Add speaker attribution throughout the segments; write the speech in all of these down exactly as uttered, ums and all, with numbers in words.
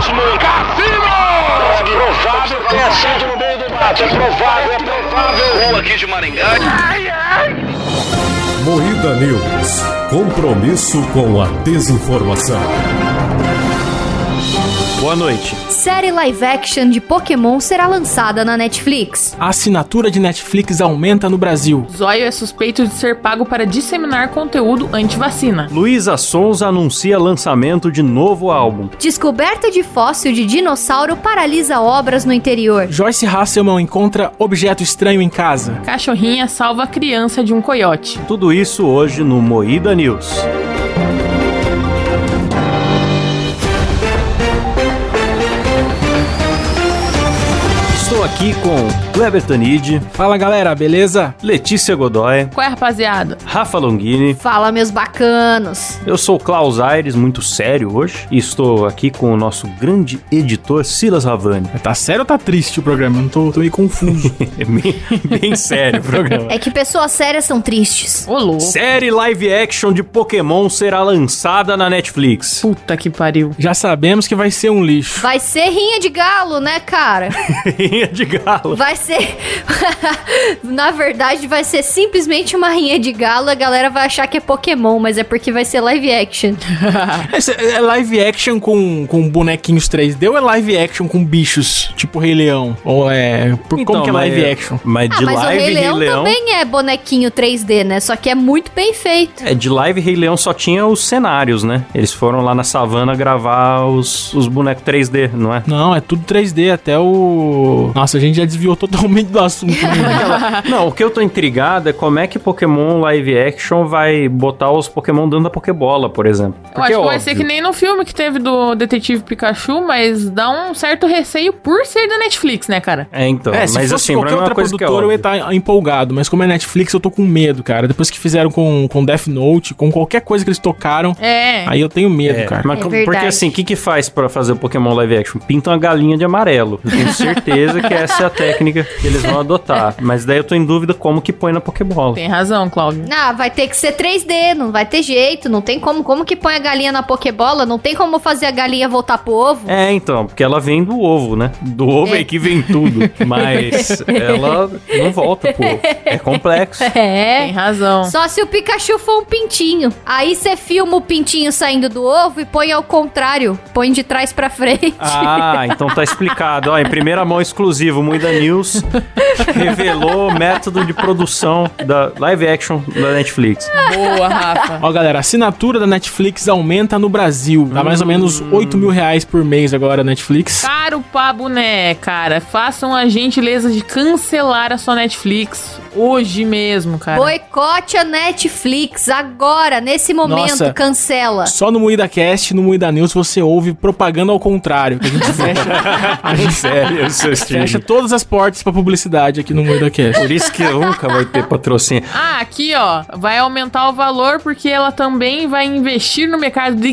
Speaker 1: mesmo. Cassino! É provável que tenha sido no meio do mato. É provável, é provável.
Speaker 2: Ou aqui de Maringá. Ai, ai.
Speaker 3: Moída News. Compromisso com a desinformação.
Speaker 4: Boa noite.
Speaker 5: Série live action de Pokémon será lançada na Netflix.
Speaker 6: A assinatura de Netflix aumenta no Brasil.
Speaker 7: Zóio é suspeito de ser pago para disseminar conteúdo anti-vacina.
Speaker 4: Luísa Sonza anuncia lançamento de novo álbum.
Speaker 5: Descoberta de fóssil de dinossauro paralisa obras no interior.
Speaker 6: Joyce Hasselman encontra objeto estranho em casa.
Speaker 7: Cachorrinha salva a criança de um coiote.
Speaker 4: Tudo isso hoje no Moída News. Estou aqui com Kleber Tanid.
Speaker 6: Fala galera, beleza?
Speaker 4: Letícia Godoy.
Speaker 7: Qual é, rapaziada?
Speaker 4: Rafa Longini.
Speaker 5: Fala, meus bacanos.
Speaker 4: Eu sou o Klaus Aires, muito sério hoje. E estou aqui com o nosso grande editor Silas Havani.
Speaker 6: Tá sério ou tá triste o programa? Eu não tô, tô meio confuso.
Speaker 4: É bem, bem sério o programa.
Speaker 5: É que pessoas sérias são tristes.
Speaker 7: Ô, louco.
Speaker 4: Série live action de Pokémon será lançada na Netflix.
Speaker 7: Puta que pariu.
Speaker 6: Já sabemos que vai ser um lixo.
Speaker 5: Vai ser rinha de galo, né, cara?
Speaker 4: Rinha de galo.
Speaker 5: Vai ser... Na verdade, vai ser simplesmente uma rinha de galo. A galera vai achar que é Pokémon, mas é porque vai ser live action.
Speaker 6: É live action com, com bonequinhos três D ou é live action com bichos, tipo Rei Leão? Ou é... Por,
Speaker 4: Então,
Speaker 6: como que é
Speaker 4: mas-
Speaker 6: live action?
Speaker 4: Mas de
Speaker 5: Ah, mas
Speaker 4: live
Speaker 5: o Rei Leão,
Speaker 4: Rei Leão...
Speaker 5: também é bonequinho três D, né? Só que é muito bem feito.
Speaker 4: É, de live Rei Leão só tinha os cenários, né? Eles foram lá na savana gravar os, os bonecos três D, não é?
Speaker 6: Não, é tudo três D, até o... Nossa, a gente já desviou totalmente do assunto. Né?
Speaker 4: Não, o que eu tô intrigado é como é que Pokémon live action vai botar os Pokémon dentro da Pokébola, por exemplo.
Speaker 7: Eu
Speaker 4: Porque
Speaker 7: acho que
Speaker 4: é
Speaker 7: vai ser
Speaker 4: óbvio.
Speaker 7: que nem no filme que teve do Detetive Pikachu, mas dá um certo receio por ser da Netflix, né, cara?
Speaker 4: É, então,
Speaker 6: É, se
Speaker 4: mas
Speaker 6: fosse
Speaker 4: assim,
Speaker 6: qualquer
Speaker 4: pra mim é uma
Speaker 6: outra
Speaker 4: coisa que é
Speaker 6: produtora eu ia
Speaker 4: óbvia.
Speaker 6: estar empolgado, mas como é Netflix eu tô com medo, cara. Depois que fizeram com, com Death Note, com qualquer coisa que eles tocaram,
Speaker 7: É.
Speaker 6: aí eu tenho medo,
Speaker 4: É,
Speaker 6: cara.
Speaker 4: mas
Speaker 5: É
Speaker 4: co-
Speaker 5: verdade.
Speaker 4: porque assim, o que que faz pra fazer o Pokémon live action? Pinta uma galinha de amarelo. Eu tenho certeza que essa é a técnica que eles vão adotar. Mas daí eu tô em dúvida como que põe na Pokébola.
Speaker 7: Tem razão, Cláudio.
Speaker 5: Ah, vai ter que ser três D, não vai ter jeito, não tem como. Como que põe a galinha na Pokébola? Não tem como fazer a galinha voltar pro ovo?
Speaker 4: É, então, porque ela vem do ovo, né? Do ovo
Speaker 5: É.
Speaker 4: é que vem tudo. Mas ela não volta pro ovo. É complexo.
Speaker 5: É.
Speaker 7: Tem razão.
Speaker 5: Só se o Pikachu for um pintinho. Aí você filma o pintinho saindo do ovo e põe ao contrário. Põe de trás pra frente.
Speaker 4: Ah, então tá explicado. Ó, em primeira mão exclusivo, Moída News revelou o método de produção da live action da Netflix.
Speaker 7: Boa, Rafa.
Speaker 6: Ó, galera, a assinatura da Netflix aumenta no Brasil. Tá mais ou menos oito mil reais por mês agora a Netflix.
Speaker 7: Caro pra boné, cara. Façam a gentileza de cancelar a sua Netflix hoje mesmo, cara.
Speaker 5: Boicote a Netflix agora, nesse momento,
Speaker 6: Nossa.
Speaker 5: cancela.
Speaker 6: Só no Moída Cast, no Moída News, você ouve propaganda ao contrário. Que a gente fecha, a gente
Speaker 4: Sério, seu
Speaker 6: fecha todas as portas pra publicidade aqui no Moída Cast.
Speaker 4: Por isso que nunca vai ter patrocínio.
Speaker 7: Ah, aqui, ó. Vai aumentar o valor porque ela também vai investir no mercado de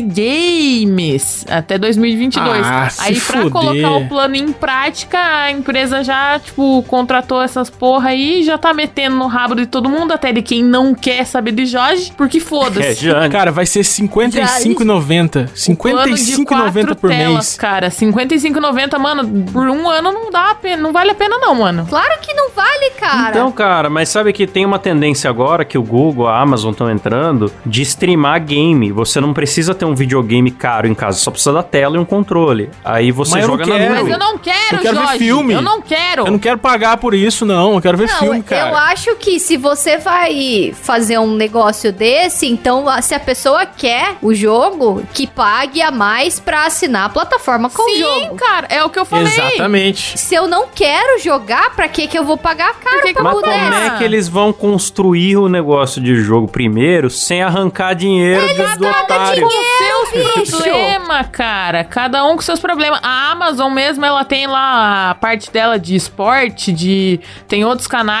Speaker 7: games até dois mil e vinte e dois.
Speaker 6: Ah, se
Speaker 7: Aí, pra
Speaker 6: fuder.
Speaker 7: colocar o plano em prática, a empresa já, tipo, contratou essas porra aí, já tá metendo no rabo de todo mundo, até de quem não quer saber de Jorge, porque
Speaker 4: É,
Speaker 7: foda-se.
Speaker 4: Jane.
Speaker 6: Cara, vai ser cinquenta e cinco reais e noventa centavos. cinquenta e cinco reais e noventa centavos por
Speaker 7: telas,
Speaker 6: mês.
Speaker 7: cara. cinquenta e cinco reais e noventa centavos, mano, por um ano não dá a pena, não vale a pena não, mano.
Speaker 5: Claro que não vale, cara.
Speaker 4: Então, cara, mas sabe que tem uma tendência agora que o Google, a Amazon estão entrando de streamar game. Você não precisa ter um videogame caro em casa, só precisa da tela e um controle. Aí você
Speaker 6: Mas eu
Speaker 4: joga
Speaker 6: não
Speaker 4: na
Speaker 6: quero.
Speaker 4: nuvem.
Speaker 7: Mas eu não quero,
Speaker 6: Eu quero ver
Speaker 7: Jorge.
Speaker 6: filme.
Speaker 7: Eu não quero.
Speaker 6: Eu não quero pagar por isso, não. Eu quero ver
Speaker 5: Não,
Speaker 6: filme, cara.
Speaker 5: eu acho que se você vai fazer um negócio desse, então a- se a pessoa quer o jogo, que pague a mais pra assinar a plataforma com o
Speaker 7: Sim,
Speaker 5: jogo.
Speaker 7: cara, é o que eu falei.
Speaker 6: Exatamente.
Speaker 5: Se eu não quero jogar, pra que que eu vou pagar caro
Speaker 7: que que
Speaker 5: pra
Speaker 4: Mas
Speaker 7: eu
Speaker 4: como
Speaker 5: boneca?
Speaker 4: é que eles vão construir o negócio de jogo primeiro sem arrancar dinheiro do, do otário?
Speaker 7: Seus
Speaker 5: bicho.
Speaker 7: problemas, cara. Cada um com seus problemas. A Amazon mesmo, ela tem lá a parte dela de esporte, de tem outros canais com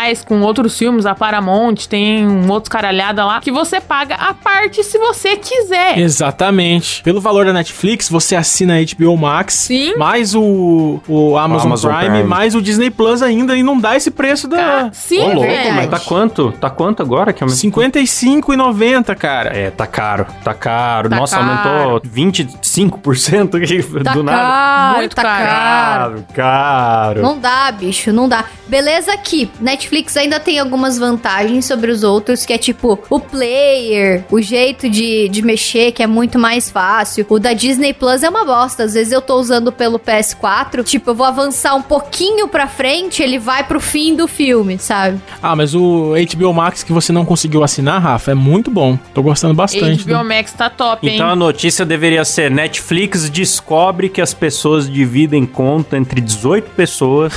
Speaker 7: outros filmes, a Paramount, tem um outros caralhada lá, que você paga a parte se você quiser.
Speaker 6: Exatamente. Pelo valor da Netflix, você assina a H B O Max,
Speaker 7: Sim.
Speaker 6: mais o, o Amazon,
Speaker 4: O Amazon
Speaker 6: Prime,
Speaker 4: Prime.
Speaker 6: mais o Disney Plus ainda, e não dá esse preço da...
Speaker 7: Sim,
Speaker 4: Ô, louco,
Speaker 5: verdade.
Speaker 4: mas tá quanto? Tá quanto agora? Que aumentou?
Speaker 6: cinquenta e cinco reais e noventa centavos, cara.
Speaker 4: É, tá caro, tá caro.
Speaker 7: Tá
Speaker 4: Nossa,
Speaker 7: caro.
Speaker 4: aumentou vinte e cinco por cento aqui
Speaker 5: Tá
Speaker 4: do nada.
Speaker 5: caro,
Speaker 7: Muito
Speaker 5: tá
Speaker 7: caro.
Speaker 5: caro.
Speaker 4: Caro, caro.
Speaker 5: Não dá, bicho, não dá. Beleza aqui, Netflix ainda tem algumas vantagens sobre os outros, que é tipo, o player, o jeito de, de mexer, que é muito mais fácil. O da Disney Plus é uma bosta. Às vezes eu tô usando pelo P S quatro, tipo, eu vou avançar um pouquinho pra frente, ele vai pro fim do filme, sabe?
Speaker 6: Ah, mas o H B O Max que você não conseguiu assinar, Rafa, é muito bom. Tô gostando bastante.
Speaker 7: H B O
Speaker 6: do-
Speaker 7: Max tá top, hein?
Speaker 4: Então a notícia deveria ser: Netflix descobre que as pessoas dividem conta entre dezoito pessoas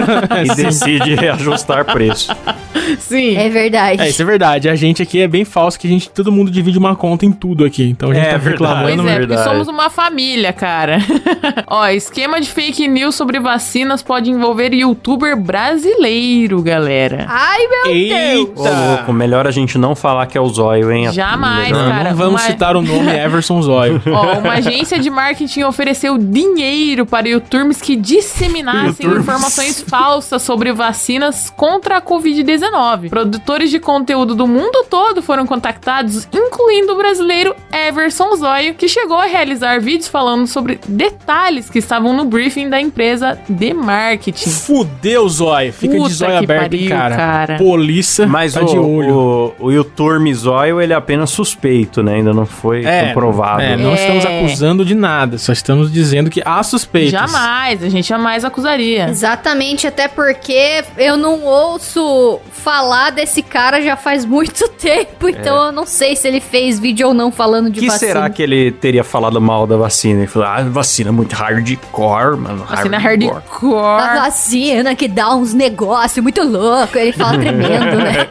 Speaker 4: e decide ajustar preço.
Speaker 7: Sim.
Speaker 5: É verdade.
Speaker 6: É, isso é verdade. A gente aqui é bem falso, que a gente, todo mundo divide uma conta em tudo aqui. Então a gente
Speaker 4: É
Speaker 6: tá
Speaker 4: verdade.
Speaker 6: reclamando.
Speaker 7: Pois é,
Speaker 6: mas-
Speaker 7: porque
Speaker 4: verdade.
Speaker 7: somos uma família, cara. Ó, esquema de fake news sobre vacinas pode envolver youtuber brasileiro, galera.
Speaker 5: Ai, meu
Speaker 6: Eita!
Speaker 4: Ô, louco, melhor a gente não falar que é o Zóio, hein?
Speaker 7: Jamais,
Speaker 4: Melhor.
Speaker 6: Não,
Speaker 7: cara.
Speaker 6: não vamos
Speaker 7: uma-
Speaker 6: citar o nome Everson Zóio.
Speaker 7: Ó, uma agência de marketing ofereceu dinheiro para youtubers que disseminassem
Speaker 6: Youtubers.
Speaker 7: informações falsas sobre vacinas contra a covid dezenove. Produtores de conteúdo do mundo todo foram contactados, incluindo o brasileiro Everson Zóio, que chegou a realizar vídeos falando sobre detalhes que estavam no briefing da empresa de marketing.
Speaker 6: Fudeu, Zóio. Fica
Speaker 7: Puta
Speaker 6: de zóio
Speaker 7: que
Speaker 6: aberto, hein,
Speaker 7: pariu,
Speaker 6: cara.
Speaker 7: cara.
Speaker 6: Polícia
Speaker 4: Mas
Speaker 6: tá
Speaker 4: o,
Speaker 6: de olho.
Speaker 4: o, o YouTube Zóio, ele é apenas suspeito, né? Ainda não foi comprovado.
Speaker 6: É, não
Speaker 7: É.
Speaker 6: estamos acusando de nada, só estamos dizendo que há suspeitas.
Speaker 7: Jamais, a gente jamais acusaria.
Speaker 5: Exatamente, até porque eu não ouço falar desse cara já faz muito tempo, então eu não sei se ele fez vídeo ou não falando de
Speaker 4: que
Speaker 5: vacina.
Speaker 4: será que ele teria falado mal da vacina? Ele falou, ah, vacina é muito hardcore, mano.
Speaker 7: Vacina
Speaker 5: A
Speaker 7: hardcore.
Speaker 5: vacina que dá uns negócios muito loucos, ele fala tremendo, né?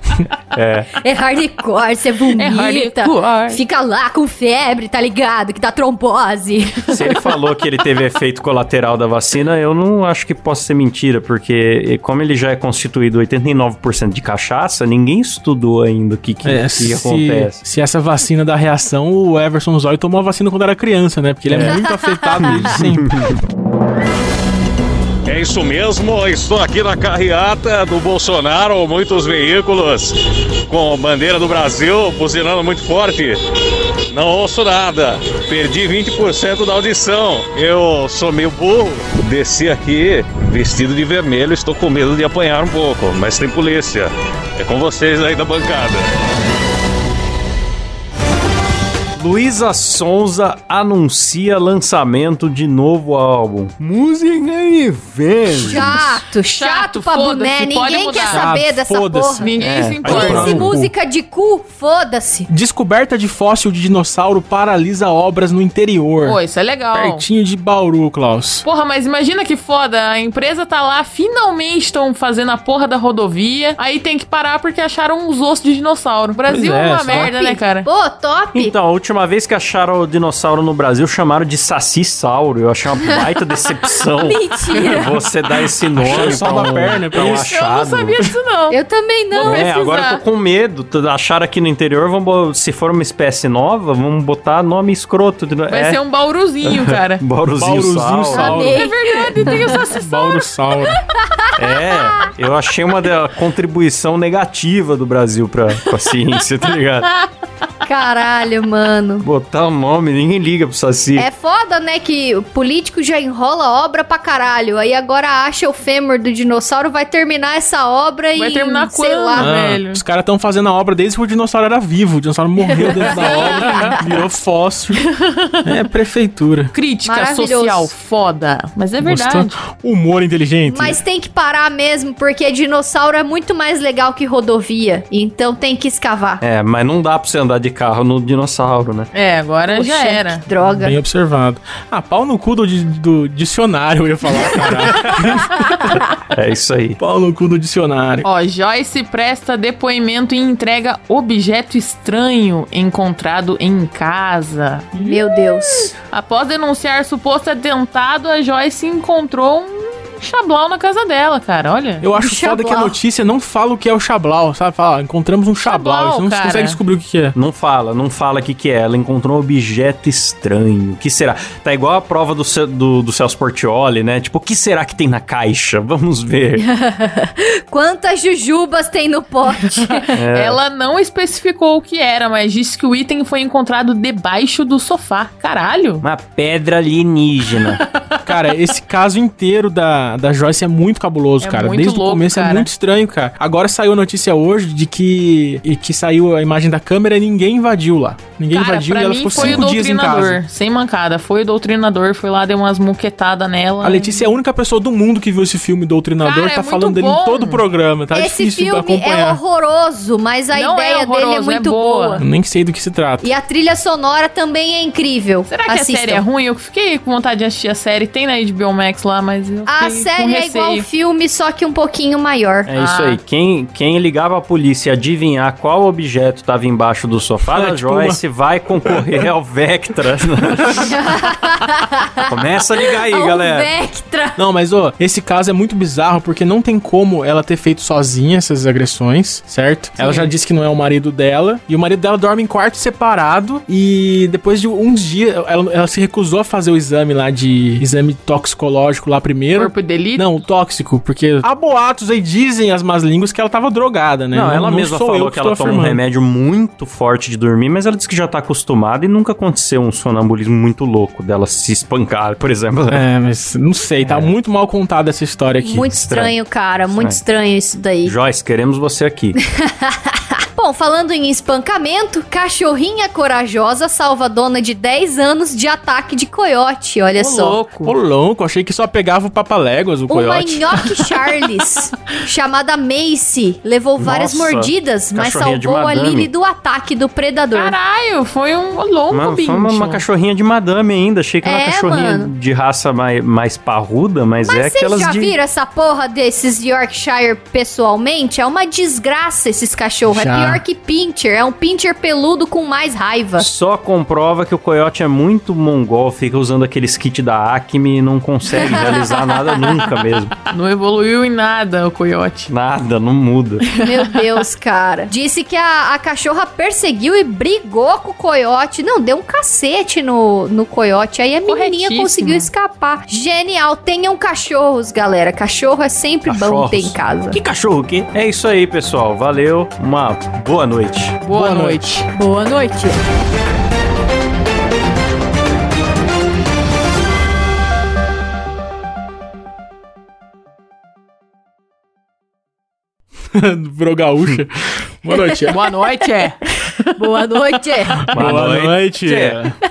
Speaker 4: É.
Speaker 5: É hardcore, você vomita,
Speaker 7: É hardcore.
Speaker 5: fica lá com febre, tá ligado? Que dá trombose.
Speaker 4: Se ele falou que ele teve efeito colateral da vacina, eu não acho que possa ser mentira, porque como ele já é constituído oitenta e nove por cento de cachaça, ninguém estudou ainda o que, que,
Speaker 6: É,
Speaker 4: que
Speaker 6: se,
Speaker 4: acontece.
Speaker 6: se essa vacina dá reação, o Everson Zóio tomou a vacina quando era criança, né? Porque ele é, muito afetado desde sempre.
Speaker 1: É isso mesmo, estou aqui na carreata do Bolsonaro, muitos veículos com bandeira do Brasil, buzinando muito forte. Não ouço nada, perdi vinte por cento da audição. Eu sou meio burro, desci aqui vestido de vermelho, estou com medo de apanhar um pouco, mas tem polícia. É com vocês aí da bancada.
Speaker 4: Luísa Sonza anuncia lançamento de novo álbum. Música e vende.
Speaker 5: Chato, chato,
Speaker 7: Chato,
Speaker 5: pra
Speaker 7: foda-se,
Speaker 5: boné.
Speaker 7: pode
Speaker 5: Ninguém quer
Speaker 7: mudar.
Speaker 5: saber
Speaker 6: Ah,
Speaker 5: dessa
Speaker 6: foda-se.
Speaker 5: porra.
Speaker 7: Ninguém
Speaker 4: É.
Speaker 7: se
Speaker 6: Aí
Speaker 7: importa.
Speaker 6: tomar
Speaker 5: Foda-se
Speaker 6: no cu.
Speaker 5: música de cu, foda-se.
Speaker 6: Descoberta de fóssil de dinossauro paralisa obras no interior.
Speaker 7: Pô, isso é legal.
Speaker 6: Pertinho de Bauru, Klaus.
Speaker 7: Porra, mas imagina que foda, a empresa tá lá, finalmente estão fazendo a porra da rodovia, aí tem que parar porque acharam uns ossos de dinossauro. O Brasil
Speaker 6: Pois
Speaker 7: é
Speaker 6: é,
Speaker 7: uma
Speaker 6: só-
Speaker 7: merda, né, cara?
Speaker 5: Pô, top.
Speaker 4: Então, a última vez que acharam o dinossauro no Brasil, chamaram de sacissauro. Eu achei uma baita decepção.
Speaker 5: Mentira.
Speaker 4: Você dá esse nome
Speaker 6: Acharam só
Speaker 4: pra
Speaker 6: da
Speaker 4: um,
Speaker 6: perna,
Speaker 4: pra um
Speaker 6: por isso.
Speaker 7: Eu não
Speaker 4: achado.
Speaker 7: sabia disso, não.
Speaker 5: Eu também não.
Speaker 7: Vou
Speaker 4: É,
Speaker 7: pesquisar.
Speaker 4: agora eu tô com medo. T- Acharam aqui no interior, vamos, bo- se for uma espécie nova, vamos botar nome escroto. de-
Speaker 7: Vai
Speaker 4: é,
Speaker 7: ser um bauruzinho, cara.
Speaker 4: Bauruzinho,
Speaker 6: Bauruzinho
Speaker 4: sauro.
Speaker 6: sauro.
Speaker 5: Amei.
Speaker 7: É verdade, tem essa acessório.
Speaker 6: Baurossauro.
Speaker 4: É, eu achei uma da contribuição negativa do Brasil pra, pra ciência, tá ligado?
Speaker 5: Caralho, mano.
Speaker 4: Botar o nome, ninguém liga pro Saci.
Speaker 5: É foda, né, que o político já enrola obra pra caralho. Aí agora acha o fêmur do dinossauro, vai terminar essa obra e...
Speaker 7: Vai terminar
Speaker 5: sei
Speaker 7: quando?
Speaker 5: lá.
Speaker 7: Ah, velho.
Speaker 6: Os caras estão fazendo a obra desde que o dinossauro era vivo. O dinossauro morreu dentro da obra, virou fóssil. É prefeitura.
Speaker 7: Crítica
Speaker 5: Maravilhoso.
Speaker 7: social foda. Mas é verdade.
Speaker 6: Gostou? Humor inteligente.
Speaker 5: Mas tem que parar mesmo, porque dinossauro é muito mais legal que rodovia. Então tem que escavar.
Speaker 4: É, mas não dá pra você andar de carro no dinossauro, né?
Speaker 7: É, agora
Speaker 5: Poxa,
Speaker 7: já era.
Speaker 5: que droga.
Speaker 6: Bem observado. Ah, pau no cu do, di- do dicionário, eu ia falar, caralho.
Speaker 4: É isso aí.
Speaker 6: Pau no cu do dicionário.
Speaker 7: Ó, Joyce presta depoimento e entrega objeto estranho encontrado em casa.
Speaker 5: Meu Deus.
Speaker 7: Após denunciar suposto atentado, a Joyce encontrou um Xablau na casa dela, cara, olha.
Speaker 6: Eu acho
Speaker 5: Xablau.
Speaker 6: foda que a notícia não fala o que é o Xablau, sabe? Fala, ah, encontramos um Xablau.
Speaker 7: Xablau,
Speaker 6: Você não
Speaker 7: cara.
Speaker 6: consegue descobrir o que, que é.
Speaker 4: Não fala, não fala o que que é. Ela encontrou um objeto estranho. O que será? Tá igual a prova do, Ce- do, do Celso Portiolli, né? Tipo, o que será que tem na caixa? Vamos ver.
Speaker 5: Quantas jujubas tem no pote?
Speaker 7: Ela não especificou o que era, mas disse que o item foi encontrado debaixo do sofá. Caralho.
Speaker 4: Uma pedra alienígena.
Speaker 6: Cara, esse caso inteiro da, da Joyce é muito cabuloso,
Speaker 7: É
Speaker 6: cara.
Speaker 7: muito
Speaker 6: Desde
Speaker 7: louco,
Speaker 6: o começo
Speaker 7: cara.
Speaker 6: é muito estranho, cara. Agora saiu a notícia hoje de que, e que saiu a imagem da câmera e ninguém invadiu lá. Ninguém
Speaker 7: Cara,
Speaker 6: invadiu
Speaker 7: pra
Speaker 6: e ela
Speaker 7: mim
Speaker 6: ficou
Speaker 7: foi o
Speaker 6: cinco dias em
Speaker 7: doutrinador,
Speaker 6: casa.
Speaker 7: sem mancada. Foi o doutrinador, foi lá, deu umas muquetadas nela.
Speaker 6: A Letícia é a única pessoa do mundo que viu esse filme Doutrinador,
Speaker 7: Cara, é
Speaker 6: tá
Speaker 7: muito
Speaker 6: falando dele
Speaker 7: bom.
Speaker 6: em todo o programa, tá
Speaker 5: Esse
Speaker 6: difícil
Speaker 5: filme é
Speaker 6: acompanhar.
Speaker 5: horroroso, mas a
Speaker 7: Não é
Speaker 5: ideia dele é
Speaker 7: horroroso, é
Speaker 5: muito
Speaker 7: boa.
Speaker 5: boa.
Speaker 6: Eu nem sei do que se trata.
Speaker 5: E a trilha sonora também é incrível.
Speaker 7: Será que
Speaker 5: Assistam.
Speaker 7: a série é ruim? Eu fiquei com vontade de assistir a série. Tem na H B O Max lá, mas eu
Speaker 5: A
Speaker 7: fiquei
Speaker 5: série
Speaker 7: com
Speaker 5: é igual
Speaker 7: receio.
Speaker 5: ao filme, só que um pouquinho maior.
Speaker 4: É isso
Speaker 7: Ah.
Speaker 4: aí. Quem, quem ligava a polícia e adivinhar qual objeto tava embaixo do sofá
Speaker 6: É,
Speaker 4: da
Speaker 6: tipo
Speaker 4: Joyce vai concorrer ao Vectra. Começa a ligar aí,
Speaker 5: Ao
Speaker 4: galera.
Speaker 5: Vectra.
Speaker 6: Não, mas ó, esse caso é muito bizarro porque não tem como ela ter feito sozinha essas agressões, certo? Ela já disse que não é o marido dela e o marido dela dorme em quarto separado e depois de uns dias ela, ela se recusou a fazer o exame lá de exame toxicológico lá primeiro.
Speaker 7: Corpo de delito?
Speaker 6: Não, o tóxico, porque há boatos aí, dizem as más línguas que ela tava drogada, né?
Speaker 4: Não, ela mesma
Speaker 6: sou
Speaker 4: falou
Speaker 6: eu
Speaker 4: que, ela
Speaker 6: estou
Speaker 4: toma um
Speaker 6: afirmando.
Speaker 4: remédio muito forte de dormir, mas ela disse que já tá acostumada e nunca aconteceu um sonambulismo muito louco dela se espancar, por exemplo.
Speaker 6: É, mas não sei, tá muito mal contada essa história aqui.
Speaker 5: Muito estranho, cara. Muito estranho isso daí.
Speaker 4: Joyce, queremos você aqui.
Speaker 5: Bom, falando em espancamento, cachorrinha corajosa salva dona de dez anos de ataque de coiote. Olha
Speaker 7: Ô,
Speaker 5: só.
Speaker 7: louco.
Speaker 6: Ô, louco, achei que só pegava o Papaléguas, o
Speaker 5: Uma
Speaker 6: coiote.
Speaker 5: nhoque Charles, chamada Macy, levou várias
Speaker 4: Nossa,
Speaker 5: mordidas, mas
Speaker 4: cachorrinha de
Speaker 5: salvou a
Speaker 4: madame.
Speaker 5: Lily do ataque do predador.
Speaker 7: Caralho, foi um longo
Speaker 4: Uma,
Speaker 7: bicho.
Speaker 4: foi uma, uma cachorrinha de madame ainda. Achei que era uma
Speaker 5: É,
Speaker 4: cachorrinha
Speaker 5: mano.
Speaker 4: de raça mais, mais parruda, mas,
Speaker 5: Mas
Speaker 4: é
Speaker 5: vocês
Speaker 4: aquelas
Speaker 5: já
Speaker 4: de...
Speaker 5: viram essa porra desses Yorkshire pessoalmente? É uma desgraça esses cachorros.
Speaker 6: Já.
Speaker 5: É pior que Pinscher. É um Pinscher peludo com mais raiva.
Speaker 4: Só comprova que o coiote é muito mongol, fica usando aqueles kits da Acme e não consegue realizar nada nunca mesmo.
Speaker 7: Não evoluiu em nada o coiote.
Speaker 4: Nada, não muda.
Speaker 5: Meu Deus, cara. Disse que a, a cachorra perseguiu e brigou com o coiote. Não, deu um cacete no, no coiote. Aí a menininha
Speaker 7: Corretíssimo.
Speaker 5: conseguiu escapar. Genial. Tenham cachorros, galera. Cachorro é sempre bom
Speaker 4: Cachorros.
Speaker 5: ter em casa.
Speaker 4: Que cachorro que? É isso aí, pessoal. Valeu. Uma boa noite.
Speaker 7: Boa,
Speaker 6: Boa
Speaker 7: noite.
Speaker 5: Boa noite.
Speaker 6: Virou gaúcha. Boa noite.
Speaker 7: Boa noite, é.
Speaker 5: Boa noite.
Speaker 6: Boa noite.